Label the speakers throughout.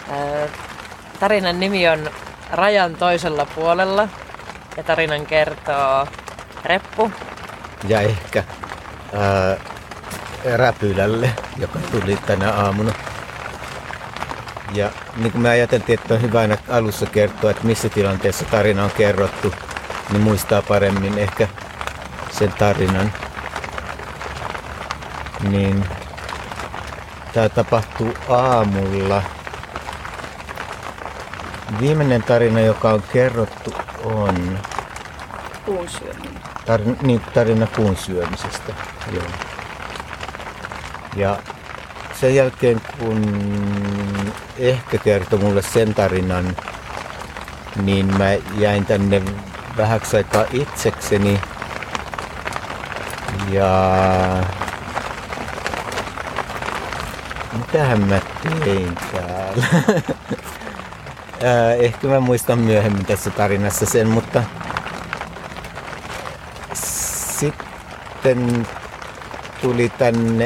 Speaker 1: Tarinan nimi on Rajan toisella puolella ja tarinan kertoo Reppu.
Speaker 2: Ja ehkä Räpylälle, joka tuli tänä aamuna. Ja niin kuin me ajateltiin, että on hyvä aina alussa kertoa, että missä tilanteessa tarina on kerrottu, niin muistaa paremmin ehkä sen tarinan. Niin tämä tapahtuu aamulla. Viimeinen tarina, joka on kerrottu, on
Speaker 3: kuun syöminen.
Speaker 2: Tarina kuun syömisestä. Joo. Ja sen jälkeen, kun ehkä kertoi mulle sen tarinan, niin mä jäin tänne vähäksi aikaa itsekseni. Ja mitähän mä tein täällä? Ehkä mä muistan myöhemmin tässä tarinassa sen, mutta sitten tuli tänne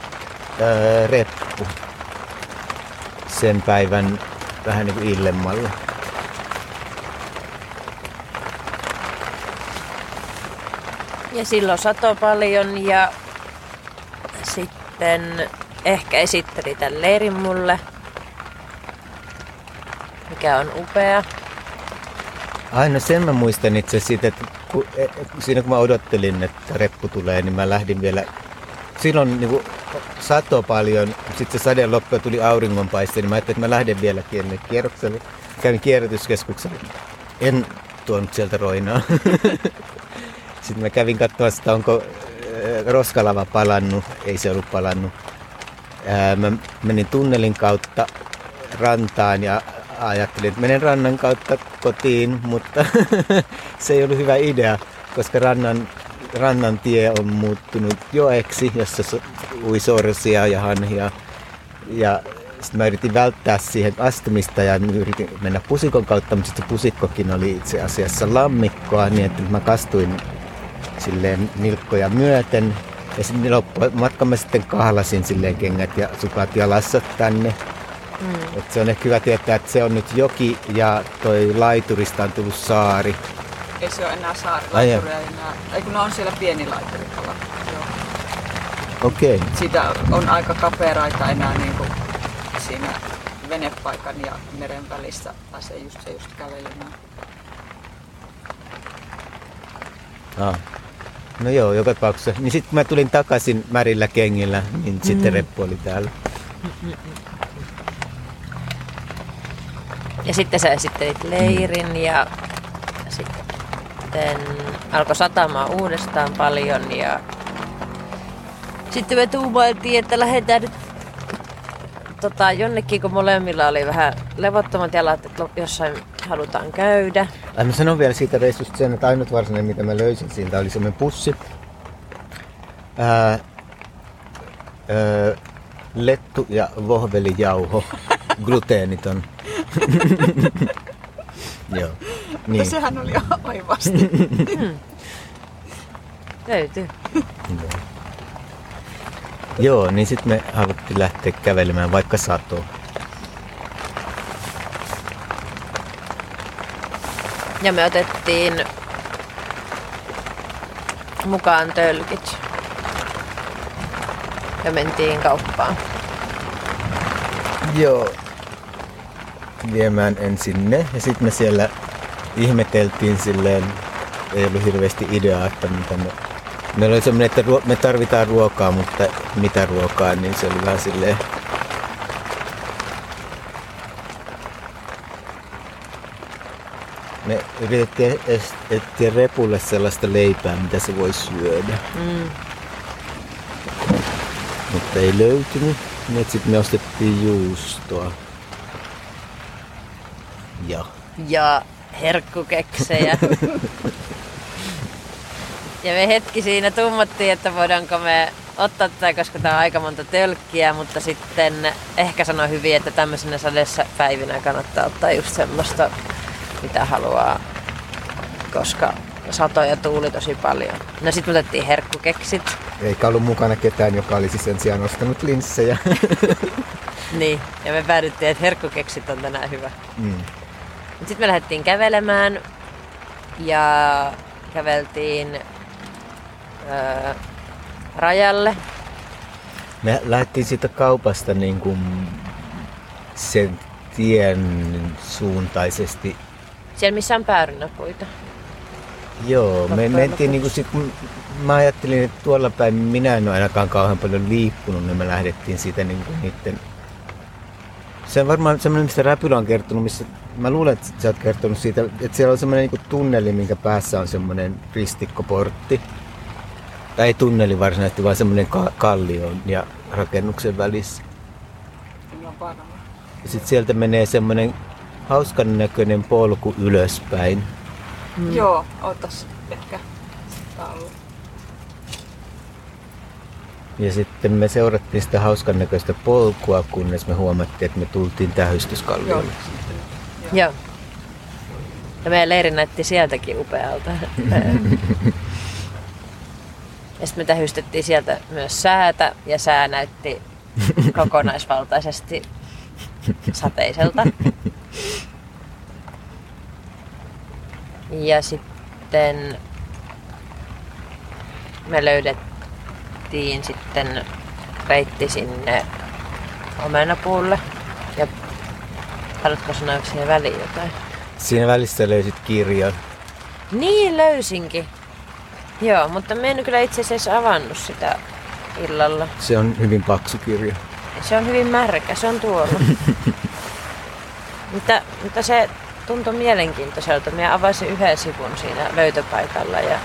Speaker 2: Reppu sen päivän vähän niin kuin illemmalla.
Speaker 1: Ja silloin satoi paljon ja sitten ehkä esitteli tämän leirin mulle, mikä on upea.
Speaker 2: Aina sen mä muistan itse siitä, että siinä kun mä odottelin, että Reppu tulee, niin mä lähdin vielä. Silloin niin satoi paljon, sitten se sade loppui ja tuli auringonpaiste, niin mä ajattelin, että mä lähden vielä kierrokselle. Kävin kierrätyskeskuksella. En tuonut sieltä roinaa. Sitten mä kävin katsomassa, onko roskalava palannut. Ei se ollut palannut. Mä menin tunnelin kautta rantaan ja ajattelin, että menen rannan kautta kotiin, mutta se ei ollut hyvä idea, koska rannan tie on muuttunut joeksi, jossa ui sorsia ja hanhia. Ja sitten mä yritin välttää siihen astumista ja yritin mennä pusikon kautta, mutta sitten pusikkokin oli itse asiassa lammikkoa, niin että mä kastuin silleen nilkkoja myöten. Ja sitten matkan mä sitten kahlasin silleen kengät ja sukat jalassa tänne. Et se on ehkä hyvä tietää, että se on nyt joki ja toi laiturista on tullut saari.
Speaker 3: Ei se ole enää saarilaituria enää. Ei kun ne on siellä pieni laiturikala.
Speaker 2: Okei.
Speaker 3: Siitä on aika kapeeraita enää niin kuin siinä venepaikan ja meren välissä pääsee just kävelemään.
Speaker 2: No joo, joka tapauksessa. Niin sitten kun mä tulin takaisin märillä kengillä, niin sitten Reppu oli täällä.
Speaker 1: Ja sitten sä esittelit leirin ja sitten alkoi satamaan uudestaan paljon ja sitten me tuumailtiin, että lähdetään nyt jonnekin, kun molemmilla oli vähän levottomat jalat, että jossain halutaan käydä.
Speaker 2: Mä sanon vielä siitä reissusta sen, että ainut varsinainen, mitä mä löysin siitä, oli semmoinen pussi. Lettu ja vohvelijauho, gluteeniton. Joo. Niin.
Speaker 3: Sehän oli aivasti.
Speaker 1: Löytyy.
Speaker 2: Joo, niin sitten me haluttiin lähteä kävelemään vaikka satoon.
Speaker 1: Ja me otettiin mukaan tölkit. Ja mentiin kauppaan.
Speaker 2: Joo. Viemään ensin ne ja sitten me siellä ihmeteltiin silleen, ei ollut hirveästi ideaa, että mitä meillä oli semmoinen, että me tarvitaan ruokaa, mutta mitä ruokaa, niin se oli vähän silleen. Me yritettiin etsiä Repulle sellaista leipää, mitä se voi syödä. Mutta ei löytynyt. Sitten me ostettiin juustoa.
Speaker 1: Ja herkkukeksejä. Ja me hetki siinä tummottiin, että voidaanko me ottaa tätä, koska tää on aika monta tölkkiä, mutta sitten ehkä sanoi hyvin, että tämmöisenä sadessa päivinä kannattaa ottaa just semmoista, mitä haluaa, koska satoi ja tuuli tosi paljon. No sit me otettiin herkkukeksit.
Speaker 2: Eikä ollut mukana ketään, joka olisi sen sijaan ostanut linssejä.
Speaker 1: Niin, ja me päädyttiin, että herkkukeksit on tänään hyvä. Sitten me lähdettiin kävelemään ja käveltiin rajalle.
Speaker 2: Me lähdettiin siitä kaupasta niin kuin sen tien suuntaisesti.
Speaker 1: Siellä missä on päärynäpuita.
Speaker 2: Joo, me mentiin niin kuin sit, kun mä ajattelin, että tuolla päin minä en ole ainakaan kauhean paljon liikkunut, niin me lähdettiin siitä niin kuin niiden. Se on varmaan semmoinen, mistä Räpylä on kertonut, missä mä luulen, että sä oot kertonut siitä, että siellä on semmoinen niin kuin tunneli, minkä päässä on semmoinen ristikkoportti. Tai ei tunneli varsinaisesti, vaan semmoinen kallion ja rakennuksen välissä. Ja sitten sieltä menee semmoinen hauskan näköinen polku ylöspäin.
Speaker 3: Joo, ootas ehkä ollut.
Speaker 2: Ja sitten me seurattiin sitä hauskan näköistä polkua, kunnes me huomattiin, että me tultiin tähystyskalliolle.
Speaker 1: Joo. Ja meidän leiri näytti sieltäkin upealta. Ja sitten me tähystettiin sieltä myös säätä, ja sää näytti kokonaisvaltaisesti sateiselta. Ja sitten me löydettiin sitten reitti sinne omenapuulle. Ja haluatko sanoa siihen väliin jotain?
Speaker 2: Siinä välissä löysit kirjan.
Speaker 1: Niin löysinkin. Joo, mutta me en kyllä itse asiassa avannut sitä illalla.
Speaker 2: Se on hyvin paksu kirja.
Speaker 1: Se on hyvin märkä, se on tuolla. mutta se tuntui mielenkiintoiselta. Minä avasin yhden sivun siinä löytöpaikalla. Ja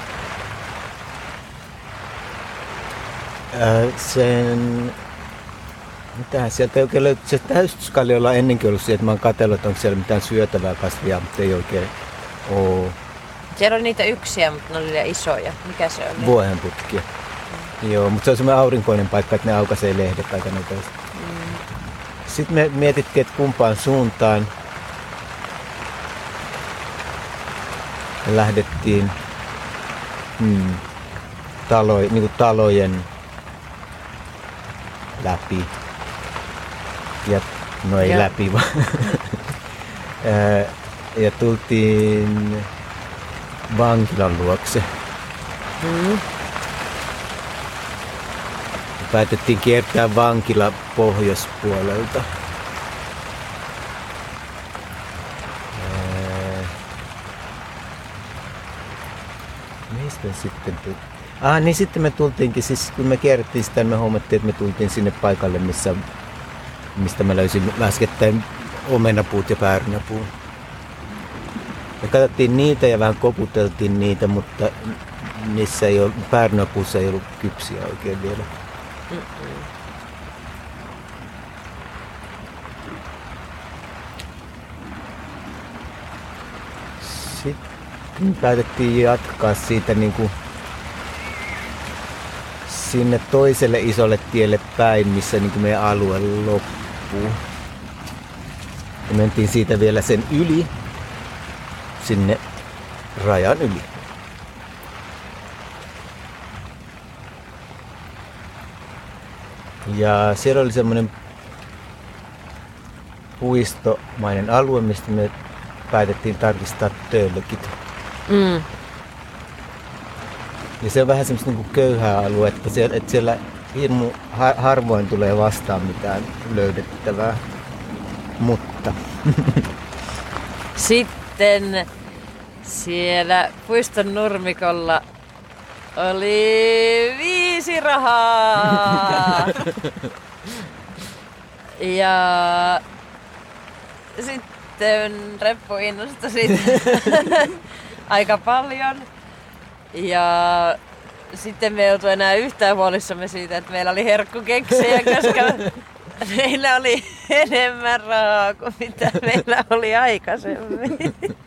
Speaker 2: mitähän sieltä ei oikein löytyy. Se tähystyskalliolla on ennenkin ollut siihen, että mä oon katsellut, että onko siellä mitään syötävää kasvia, mutta ei oikein ole.
Speaker 1: Siellä oli niitä yksiä, mutta ne oli liian isoja. Mikä se oli?
Speaker 2: Vuohenputkia. Joo, mutta se on semmoinen aurinkoinen paikka, että ne aukaisee lehdet aika nopeasti. Sitten me mietittiin, että kumpaan suuntaan. Me lähdettiin talojen läpi. Ja, no ei läpi vaan. Ja tultiin vankilan luokse. Päätettiin kiertää vankila pohjoispuolelta. Mistä sitten tuli? Niin sitten me tultiinkin, siis kun me kierrettiin sitä, me huomattiin, että me tultiin sinne paikalle, mistä mä löysin äskettäin omenapuut ja päärynäpuun. Me katsottiin niitä ja vähän koputeltiin niitä, mutta niissä ei ole, päärynäpuussa ei ollut kypsiä oikein vielä. Sitten päätettiin jatkaa siitä niin kuin sinne toiselle isolle tielle päin, missä niin kuin meidän alue loppuu. Ja mentiin siitä vielä sen yli, sinne rajan yli. Ja siellä oli semmoinen puistomainen alue, mistä me päätettiin tarkistaa tölkit. Ja se on vähän semmoista niin kuin köyhää aluetta, että siellä hirmu harvoin tulee vastaan mitään löydettävää. Mutta
Speaker 1: sitten siellä puiston nurmikolla oli 5 rahaa. Ja sitten Reppu innostui siitä aika paljon. Ja sitten me ei oltu enää yhtään huolissamme siitä, että meillä oli herkkukeksejä, koska meillä oli enemmän rahaa kuin mitä meillä oli aikaisemmin.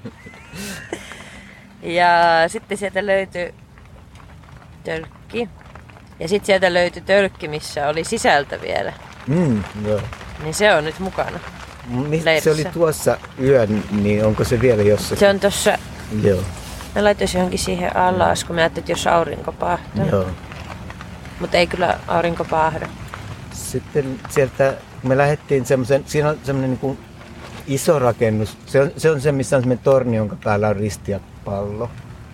Speaker 1: Ja sitten sieltä löytyi tölkki. Ja sitten sieltä löytyi tölkki, missä oli sisältö vielä.
Speaker 2: Joo.
Speaker 1: Niin se on nyt mukana.
Speaker 2: Se oli tuossa yön, niin onko se vielä jossakin?
Speaker 1: Se on tossa.
Speaker 2: Joo.
Speaker 1: Mä laitoin johonkin siihen alas, kun mä ajattelin, että jos aurinko paahtaa.
Speaker 2: Joo.
Speaker 1: Mutta ei kyllä aurinko paahda.
Speaker 2: sitten sieltä me lähdettiin siinä on semmoinen niin kuin iso rakennus. Se on se, missä on semmoinen torni, jonka päällä on risti ja pallo.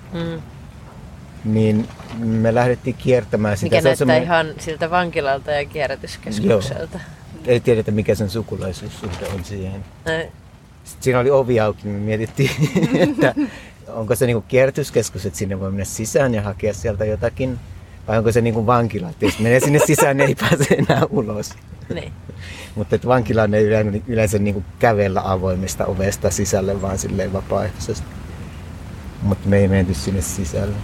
Speaker 2: Niin me lähdettiin kiertämään sitä.
Speaker 1: Mikä näyttää ihan siltä vankilalta ja kierrätyskeskukselta.
Speaker 2: Ei tiedetä, mikä sen sukulaisuussuhde on siihen. Sitten siinä oli ovi auki, niin me mietittiin, että onko se niinku kierrätyskeskus, että sinne voi mennä sisään ja hakea sieltä jotakin. Vai onko se niinku vankila, että jos menee sinne sisään, niin ei pääse enää ulos.
Speaker 1: Niin.
Speaker 2: Mutta vankilaan ei yleensä niinku kävellä avoimesta ovesta sisälle, vaan silleen vapaaehtoisesti. Mutta me ei menty sinne sisälle.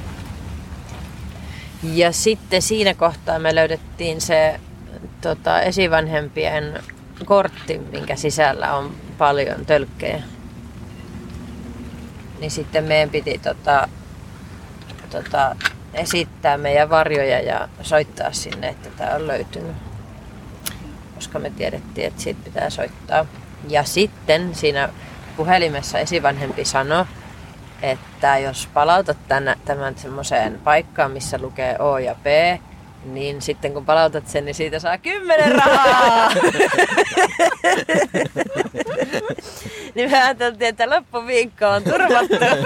Speaker 1: Ja sitten siinä kohtaa me löydettiin se esivanhempien kortti, minkä sisällä on paljon tölkkejä. Niin sitten meidän piti esittää meidän varjoja ja soittaa sinne, että tämä on löytynyt. Koska me tiedettiin, että siitä pitää soittaa. Ja sitten siinä puhelimessa esivanhempi sanoi, että jos palautat tämän semmoiseen paikkaan, missä lukee O ja P, niin sitten kun palautat sen, niin siitä saa 10 rahaa. Niin me ajateltiin, että loppuviikko on turvattu.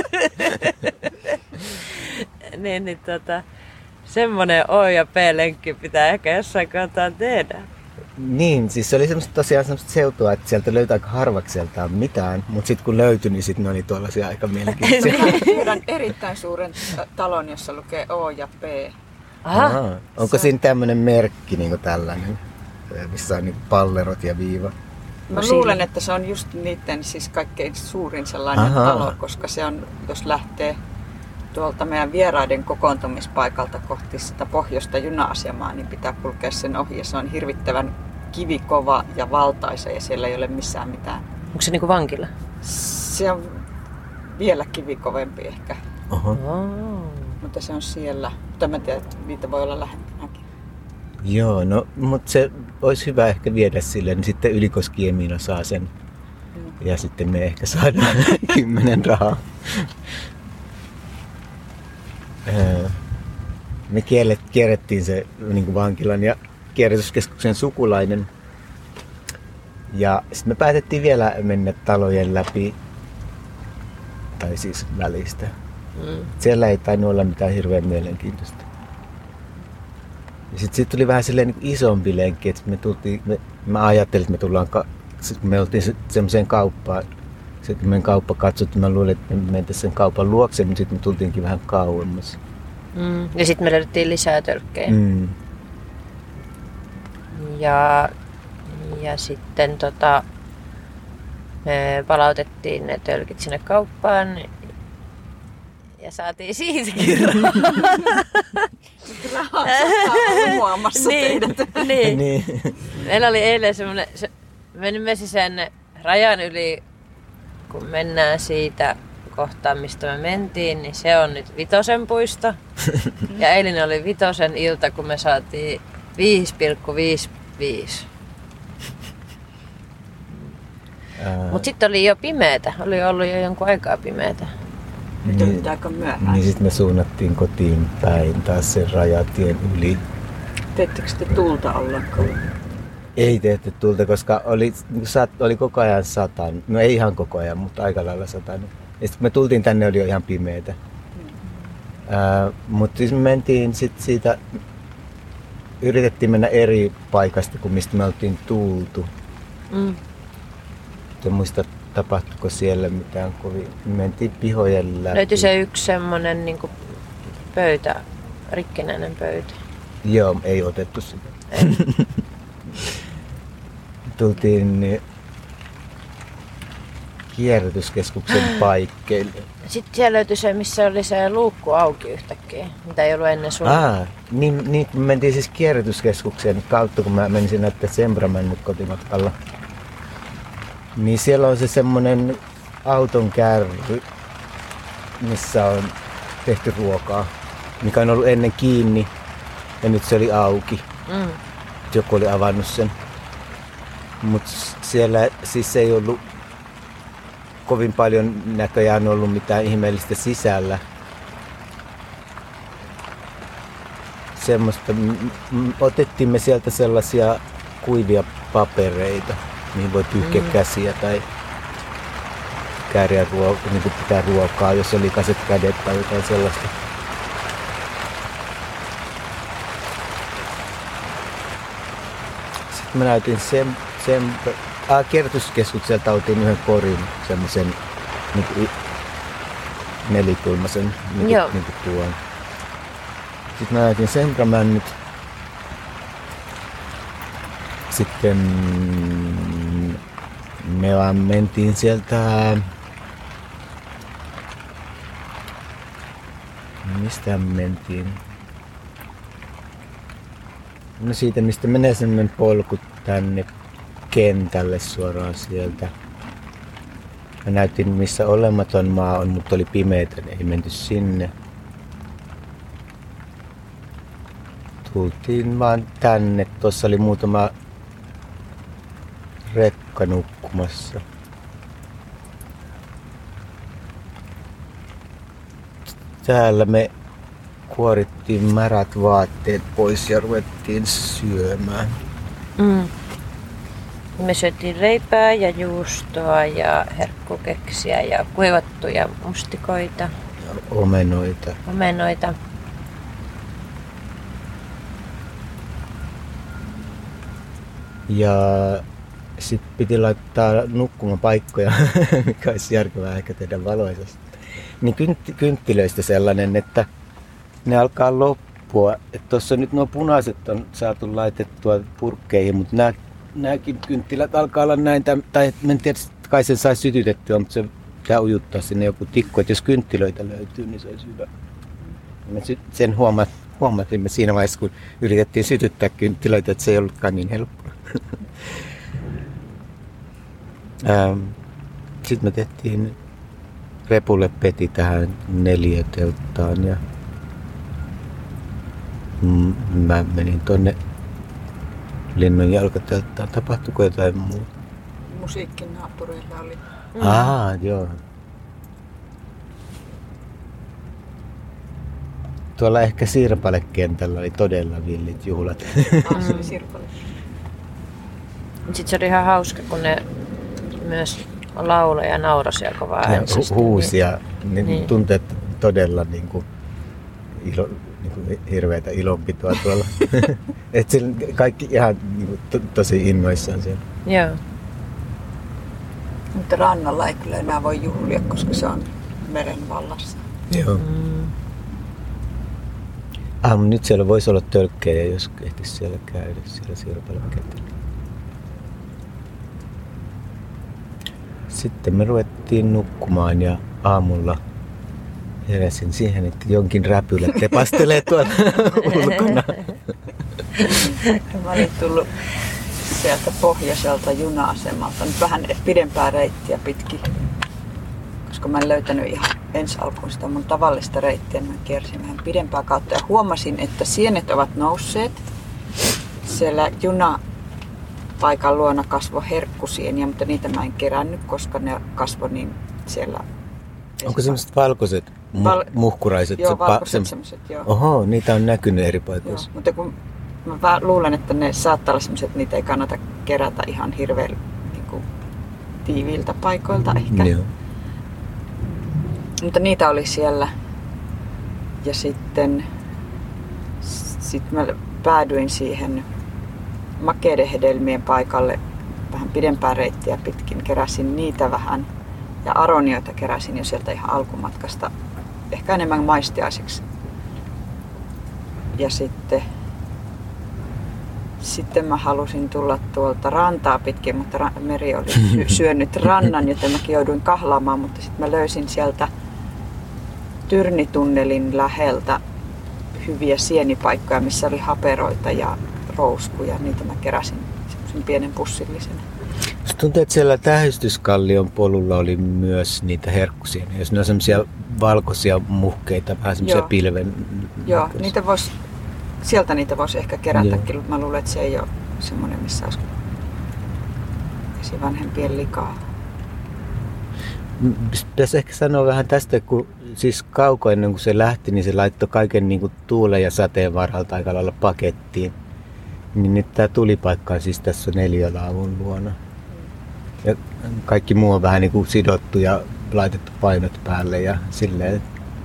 Speaker 1: Semmoinen O ja P-lenkki pitää ehkä jossain kohtaa tehdä.
Speaker 2: Niin, siis se oli tosiaan semmoista seutua, että sieltä löytää aika harvakseltaan mitään, mutta sitten kun löytyi, niin sitten ne oli tuollaisia aika mielenkiintoisia.
Speaker 3: Tiedän erittäin suuren talon, jossa lukee O ja P.
Speaker 2: Aha. Onko siinä tämmöinen merkki niin kuin tällainen, missä on niin pallerot ja viiva?
Speaker 3: Mä luulen, että se on just niiden siis kaikkein suurin sellainen talo, koska se on, jos lähtee tuolta meidän vieraiden kokoontumispaikalta kohti sitä pohjoista juna-asemaa, niin pitää kulkea sen ohi. Ja se on hirvittävän kivikova ja valtaisa ja siellä ei ole missään mitään.
Speaker 1: Onko se niinku vankila?
Speaker 3: Se on vielä kivikovempi ehkä. Mutta se on siellä. Mutta mä tiedän, että niitä voi olla lähempänäkin.
Speaker 2: Joo, no, mutta se olisi hyvä ehkä viedä sille, niin sitten Ylikoski Emina saa sen. Ja sitten me ehkä saadaan 10 rahaa. Me kierrettiin se niin kuin vankilan ja kierrätyskeskuksen sukulainen. Ja sitten me päätettiin vielä mennä talojen läpi, tai siis välistä. Siellä ei tainnut olla mitään hirveän mielenkiintoista. Ja sitten tuli vähän silleen niin isompi lenkki, että mä ajattelin, että me tullaan, me oltiin semmoiseen kauppaan. Sitten kun meidän kauppa katsottiin, mä luulin, että me mentäisiin sen kaupan luokse, mutta sitten me tultiinkin vähän kauemmas.
Speaker 1: Ja sitten me löydettiin lisää tölkkejä. Ja sitten me palautettiin ne tölkit sinne kauppaan ja saatiin siitäkin rahaa.
Speaker 3: Rahaa on luomassa teidät.
Speaker 1: Niin. Meillä oli eilen semmoinen, menimme sen rajan yli, kun mennään siitä kohtaan, mistä me mentiin, niin se on nyt Vitosen puisto. Ja eilen oli Vitosen ilta, kun me saatiin 5,55. Mutta sitten oli jo pimeätä. Oli ollut jo jonkun aikaa pimeätä.
Speaker 3: Nyt on aika myöhään.
Speaker 2: Niin sitten me suunnattiin kotiin päin taas sen rajatien yli.
Speaker 3: Teettekö te tulta ollenkaan?
Speaker 2: Ei tehty tulta, koska oli koko ajan satanut. No ei ihan koko ajan, mutta aika lailla satanut. Ja sitten kun me tultiin tänne, oli jo ihan pimeätä. Mutta siis me mentiin sitten siitä, yritettiin mennä eri paikasta kuin mistä me oltiin tultu. En muista, tapahtuiko siellä mitään kovin. Me mentiin pihojen läpi.
Speaker 1: Löytyi se yksi semmonen niinku pöytä, rikkinäinen pöytä.
Speaker 2: Joo, ei otettu sitä. Tultiin kierrätyskeskuksen paikkeille.
Speaker 1: Sitten siellä löytyi se, missä oli se luukku auki yhtäkkiä, mitä ei ollut ennen sun.
Speaker 2: Niin me mentiin siis kierrätyskeskuksen kautta, kun mä menin sinne, että Sembramännnyt kotimatkalla. Niin siellä on se semmonen auton kärry, missä on tehty ruokaa, mikä on ollut ennen kiinni ja nyt se oli auki. Joku oli avannut sen. Mutta siellä siis ei ollut kovin paljon näköjään ollut mitään ihmeellistä sisällä. semmoista, otettiin me sieltä sellaisia kuivia papereita, mihin voi pyyhkiä käsiä tai kääriä niin kuin pitää ruokaa, jos oli likaset kädet tai jotain sellaista. Sitten mä näytin kierrätyskeskukselta otin yhden korin, semmoisen niin nelikulmaisen niin kuin tuon. Sitten mä näytin sembramännit. Sitten me vaan mentiin sieltä... Mistä mentiin? No siitä, mistä menee semmoinen polku tänne kentälle suoraan sieltä. Mä näytin, missä olematon maa on, mutta oli pimeätä, ei menty sinne. Tultiin vaan tänne. Tuossa oli muutama rekka nukkumassa. Täällä me kuorittiin märät vaatteet pois ja ruvettiin syömään.
Speaker 1: Me syötiin leipää ja juustoa ja herkkukeksiä ja kuivattuja mustikoita.
Speaker 2: Ja omenoita. Ja sitten piti laittaa nukkumapaikkoja, mikä olisi järkevää ehkä tehdä valoisasti. Niin kynttilöistä sellainen, että ne alkaa loppua. Tuossa nyt nuo punaiset on saatu laitettua purkkeihin, mutta nämäkin kynttilät alkaa olla näin. Tai en tiedä, kai sen saisi sytytettyä, mutta se pitää ujuttaa sinne joku tikku. Että jos kynttilöitä löytyy, niin se olisi hyvä. Me sen huomasimme siinä vaiheessa, kun yritettiin sytyttää kynttilöitä, että se ei ollutkaan niin helppoa. Sitten me tehtiin repulle peti tähän neliötelttaan ja mä menin tonne linnun jalkatelttaan. Tapahtuiko jotain muuta?
Speaker 3: Musiikkin naapureilla oli.
Speaker 2: Joo. Tuolla ehkä Sirpale-kentällä oli todella villit juhlat.
Speaker 3: Se oli Sirpale.
Speaker 1: Sitten se oli ihan hauska, kun ne myös lauloi ja naurasi ja kovaa äänisesti.
Speaker 2: Huusi ja niin. Tunteet todella niin kuin hirveätä ilonpitoa tuolla. Et kaikki ihan niin kuin, tosi innoissaan siellä.
Speaker 1: Joo.
Speaker 3: Mutta rannalla ei kyllä enää voi juhlia, koska se on meren vallassa.
Speaker 2: Joo. Nyt siellä voisi olla tölkkejä, jos ehtisi siellä käydä siellä Sirpalan kentällä. Sitten me ruvettiin nukkumaan ja aamulla heräsin siihen, että jonkin räpylä tepastelee tuolla ulkona.
Speaker 3: Mä olin tullut sieltä pohjoiselta juna-asemalta nyt vähän pidempää reittiä pitkin, koska mä en löytänyt ihan ensi alkuun sitä mun tavallista reittiä, niin mä kiersin vähän pidempää kautta ja huomasin, että sienet ovat nousseet. Siellä junapaikan luona kasvoi herkkusieniä, mutta niitä mä en kerännyt, koska ne kasvoi niin siellä.
Speaker 2: Onko semmoiset valkoiset muhkuraiset?
Speaker 3: Joo, valkoiset semmoiset, joo.
Speaker 2: Oho, niitä on näkynyt eri paikoissa.
Speaker 3: Joo, mutta kun mä luulen, että ne saattaa olla semmoiset, että niitä ei kannata kerätä ihan hirveän niin kuin tiiviiltä paikoilta ehkä.
Speaker 2: Joo.
Speaker 3: Mutta niitä oli siellä. Ja sitten mä päädyin siihen makeiden hedelmien paikalle vähän pidempää reittiä pitkin. Keräsin niitä vähän. Ja aronioita keräsin jo sieltä ihan alkumatkasta. Ehkä enemmän maistiaiseksi. Ja sitten mä halusin tulla tuolta rantaa pitkin, mutta meri oli syönyt rannan, joten mäkin jouduin kahlaamaan. Mutta sitten mä löysin sieltä Tyrnitunnelin läheltä hyviä sienipaikkoja, missä oli haperoita ja rouskuja. Niitä mä keräsin semmoisen pienen pussillisen.
Speaker 2: Tuntuu, että siellä Tähystyskallion polulla oli myös niitä herkkusieniä. Jos ne on semmoisia valkoisia muhkeita, vähän semmoisia pilven.
Speaker 3: Joo, sieltä niitä voisi ehkä kerätäkin. Mä luulen, että se ei ole semmoinen, missä olisi vanhempien likaa.
Speaker 2: Pitäisi ehkä sanoa vähän tästä, kun siis kauko ennen kuin se lähti, niin se laittoi kaiken niin kuin tuulen ja sateen varalta aika lailla pakettiin. Niin nyt tää tulipaikka on siis tässä neliölaavun luona. Ja kaikki muu on vähän niin kuin sidottu ja laitettu painot päälle ja silleen.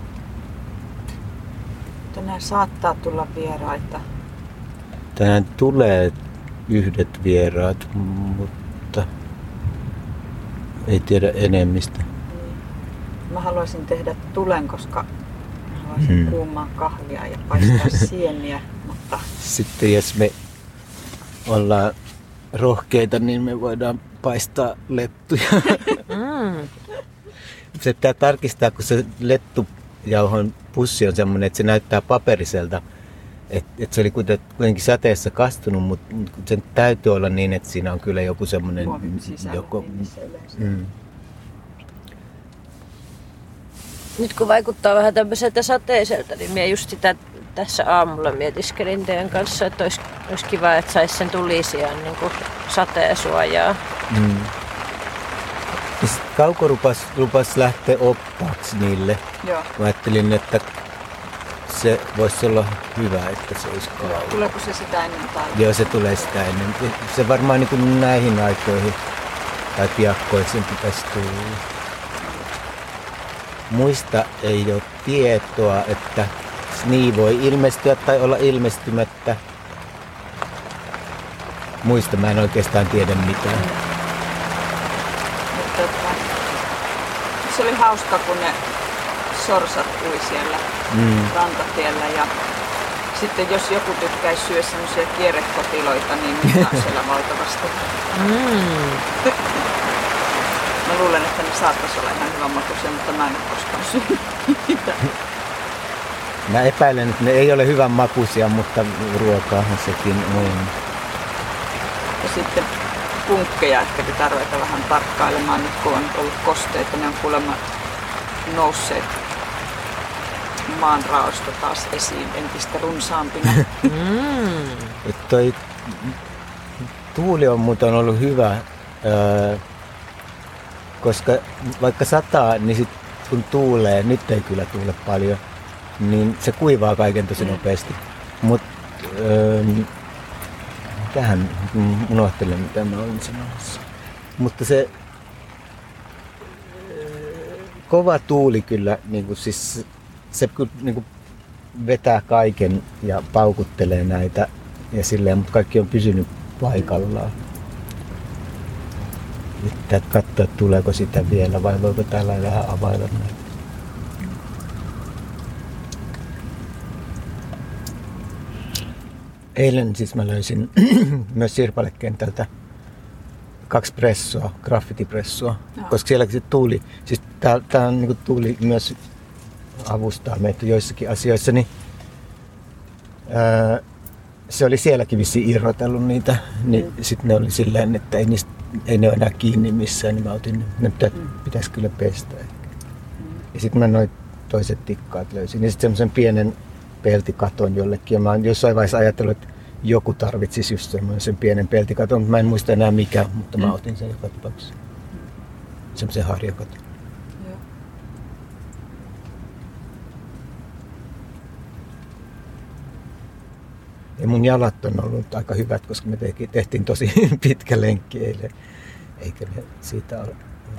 Speaker 3: Tänään saattaa tulla vieraita.
Speaker 2: Tänään tulee yhdet vieraat, mutta ei tiedä enemmistä.
Speaker 3: Mä haluaisin tehdä tulen, koska haluaisin kuumaa kahvia ja paistaa sieniä. Mutta...
Speaker 2: Sitten jos me ollaan rohkeita, niin me voidaan paistaa lettuja. Se pitää tarkistaa, kun se lettujauhon pussi on semmoinen, että se näyttää paperiselta. Että se oli kuitenkin sateessa kastunut, mutta sen täytyy olla niin, että siinä on kyllä joku semmoinen...
Speaker 1: Nyt kun vaikuttaa vähän tämmöiseltä sateiselta, niin minä just sitä tässä aamulla mietiskelin teidän kanssa, että olisi kiva, että saisi sen tulisijan niin kuin sateesuojaa.
Speaker 2: Kauko lupas lähteä oppaaksi niille.
Speaker 3: Joo.
Speaker 2: Mä ajattelin, että se voisi olla hyvä, että se olisi kauko.
Speaker 3: Tuleeko se sitä ennen tai?
Speaker 2: Joo, se tulee sitä ennen. Se varmaan niin kuin näihin aikoihin tai piakkoihin pitäisi tulla. Muista ei ole tietoa, että SNI voi ilmestyä tai olla ilmestymättä. Muista mä en oikeastaan tiedä mitään.
Speaker 3: Se oli hauska, kun ne sorsat ui siellä rantatiellä. Ja sitten jos joku tykkäisi syödä semmoisia kierrekotiloita, niin niitä on siellä valtavasti. Mä luulen, että ne saattaisi olla ihan hyvän makuisia, mutta mä en ole koskaan syönyt niitä.
Speaker 2: Mä epäilen, että ne ei ole hyvän makuisia, mutta ruokaahan sekin on.
Speaker 3: Ja sitten punkkeja, että pitää ruveta vähän tarkkailemaan nyt, kun on ollut kosteita. Ne on kuulemma nousseet maanraosta taas esiin entistä runsaampina.
Speaker 2: Toi tuuli on muuten ollut hyvä. Koska vaikka sataa, niin sit kun tuulee, nyt ei kyllä tuule paljon, niin se kuivaa kaiken tosi nopeasti. Mutta tähän unohtelen, mitä mä olin sanomassa. Mutta se kova tuuli kyllä, niin siis, se niin vetää kaiken ja paukuttelee näitä ja silleen, mutta kaikki on pysynyt paikallaan. Nyt katsoa, tuleeko sitä vielä vai voiko täällä vähän availla näitä. Eilen siis mä löysin myös Sirpalekentältä 2 pressoa, graffitipressoa, koska sielläkin se tuuli, siis tää on niinku tuuli myös avustaa meitä joissakin asioissa, niin se oli sielläkin vissiin irrotellut niitä, niin sitten ne oli silleen, että ei ne ole enää kiinni missään, niin mä otin, ne pitäisi kyllä pestä ehkä. Ja sitten mä noin toiset tikkaat löysin. Ja sitten semmoisen pienen peltikaton jollekin. Ja mä oon jossain vaiheessa ajatellut, että joku tarvitsisi just semmoisen pienen peltikaton, mutta mä en muista enää mikä, mutta mä otin sen joka tapauksessa. Semmoisen harjakaton. Ja mun jalat on ollut aika hyvät, koska me tehtiin tosi pitkä lenkki eilen. Eikä me siitä ole.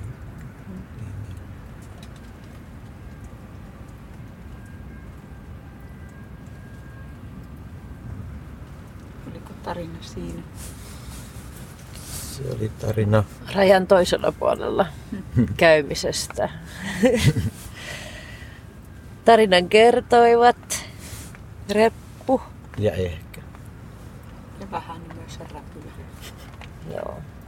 Speaker 3: Oliko tarina siinä?
Speaker 2: Se oli tarina
Speaker 1: rajan toisella puolella käymisestä. Tarinan kertoivat Reppu
Speaker 2: ja ehkä.
Speaker 3: Ja vähän myös räpylä.
Speaker 1: Joo.